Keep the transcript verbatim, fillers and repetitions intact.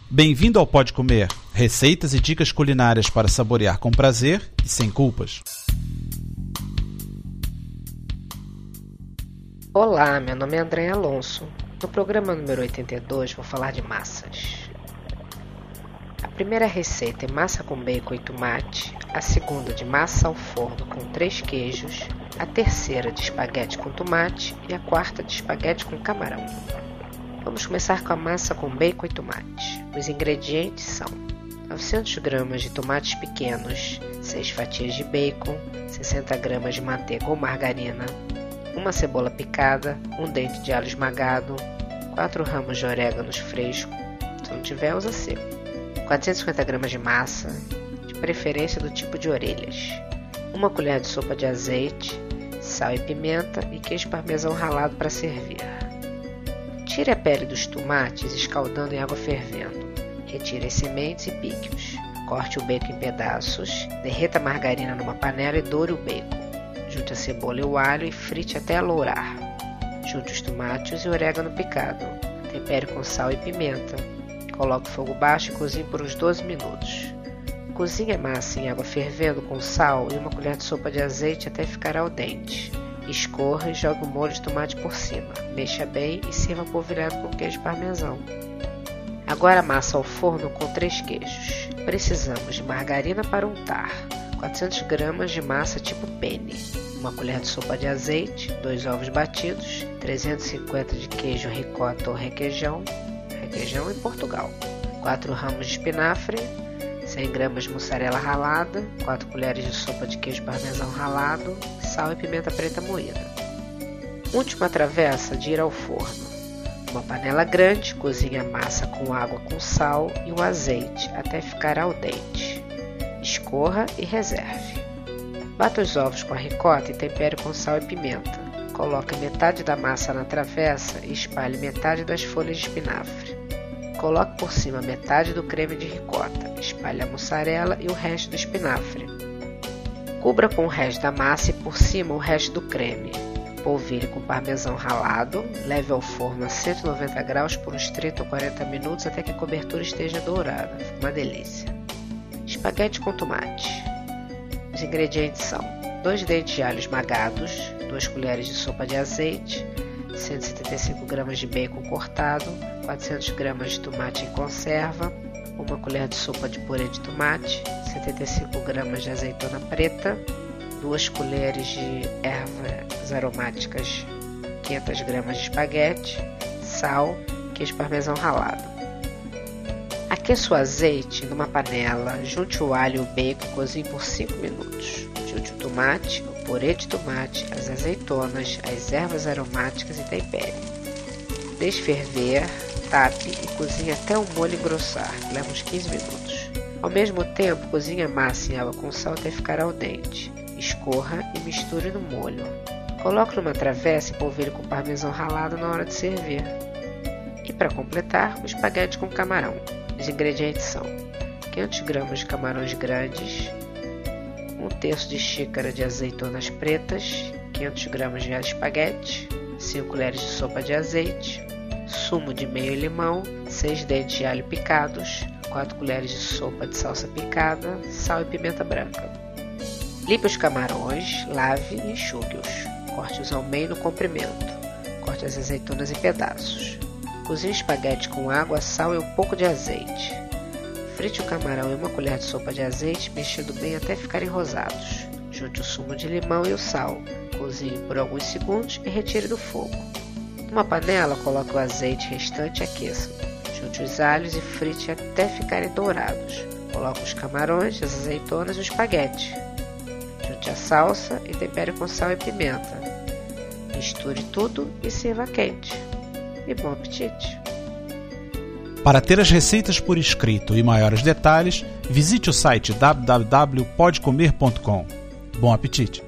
Bem-vindo ao Pode Comer, receitas e dicas culinárias para saborear com prazer e sem culpas. Olá, meu nome é André Alonso. No programa número oitenta e dois vou falar de massas. A primeira receita é massa com bacon e tomate, a segunda de massa ao forno com três queijos, a terceira de espaguete com tomate e a quarta de espaguete com camarão. Vamos começar com a massa com bacon e tomate. Os ingredientes são novecentas gramas de tomates pequenos, seis fatias de bacon, sessenta gramas de manteiga ou margarina, uma cebola picada, um dente de alho esmagado, quatro ramos de orégãos fresco, se não tiver usa seco, quatrocentas e cinquenta gramas de massa, de preferência do tipo de orelhas, uma colher de sopa de azeite, sal e pimenta e queijo parmesão ralado para servir. Tire a pele dos tomates escaldando em água fervendo. Retire as sementes e pique-os. Corte o bacon em pedaços, derreta a margarina numa panela e doure o bacon. Junte a cebola e o alho e frite até alourar. Junte os tomates e o orégano picado. Tempere com sal e pimenta. Coloque o fogo baixo e cozinhe por uns doze minutos. Cozinhe a massa em água fervendo com sal e uma colher de sopa de azeite até ficar al dente. Escorra e jogue o molho de tomate por cima. Mexa bem e sirva polvilhado com queijo parmesão. Agora a massa ao forno com três queijos. Precisamos de margarina para untar, quatrocentas gramas de massa tipo penne, uma colher de sopa de azeite, dois ovos batidos, trezentos e cinquenta de queijo ricota ou requeijão, requeijão em Portugal, quatro ramos de espinafre, cem gramas de mussarela ralada, quatro colheres de sopa de queijo parmesão ralado, sal e pimenta preta moída. Unte uma travessa de ir ao forno. Uma panela grande, cozinhe a massa com água com sal e o azeite até ficar al dente. Escorra e reserve. Bata os ovos com a ricota e tempere com sal e pimenta. Coloque metade da massa na travessa e espalhe metade das folhas de espinafre. Coloque por cima metade do creme de ricota, espalhe a mussarela e o resto do espinafre. Cubra com o resto da massa e por cima o resto do creme. Polvilhe com parmesão ralado, leve ao forno a cento e noventa graus por uns trinta ou quarenta minutos até que a cobertura esteja dourada. Fica uma delícia. Espaguete com tomate. Os ingredientes são dois dentes de alho esmagados, duas colheres de sopa de azeite, cento e setenta e cinco gramas de bacon cortado, quatrocentas gramas de tomate em conserva, uma colher de sopa de purê de tomate, setenta e cinco gramas de azeitona preta, duas colheres de ervas aromáticas, quinhentas gramas de espaguete, sal, queijo parmesão ralado. Aqueça o azeite numa panela, junte o alho e o bacon e cozinhe por cinco minutos. Junte o tomate, o purê de tomate, as azeitonas, as ervas aromáticas e tempere. Deixe ferver, tape e cozinhe até o molho engrossar, leva uns quinze minutos. Ao mesmo tempo, cozinhe a massa em água com sal até ficar al dente. Escorra e misture no molho. Coloque numa travessa e polvilhe com parmesão ralado na hora de servir. E para completar, o espaguete com camarão. Os ingredientes são quinhentas gramas de camarões grandes, um terço de xícara de azeitonas pretas, quinhentas gramas de espaguete, cinco colheres de sopa de azeite, sumo de meio limão, seis dentes de alho picados, quatro colheres de sopa de salsa picada, sal e pimenta branca. Limpe os camarões, lave e enxugue-os. Corte-os ao meio no comprimento. Corte as azeitonas em pedaços. Cozinhe o espaguete com água, sal e um pouco de azeite. Frite o camarão em uma colher de sopa de azeite, mexendo bem até ficarem rosados. Junte o sumo de limão e o sal. Cozinhe por alguns segundos e retire do fogo. Numa panela, coloque o azeite restante e aqueça. Junte os alhos e frite até ficarem dourados. Coloque os camarões, as azeitonas e o espaguete. Junte a salsa e tempere com sal e pimenta. Misture tudo e sirva quente. E bom apetite! Para ter as receitas por escrito e maiores detalhes, visite o site w w w ponto pode comer ponto com. Bom apetite!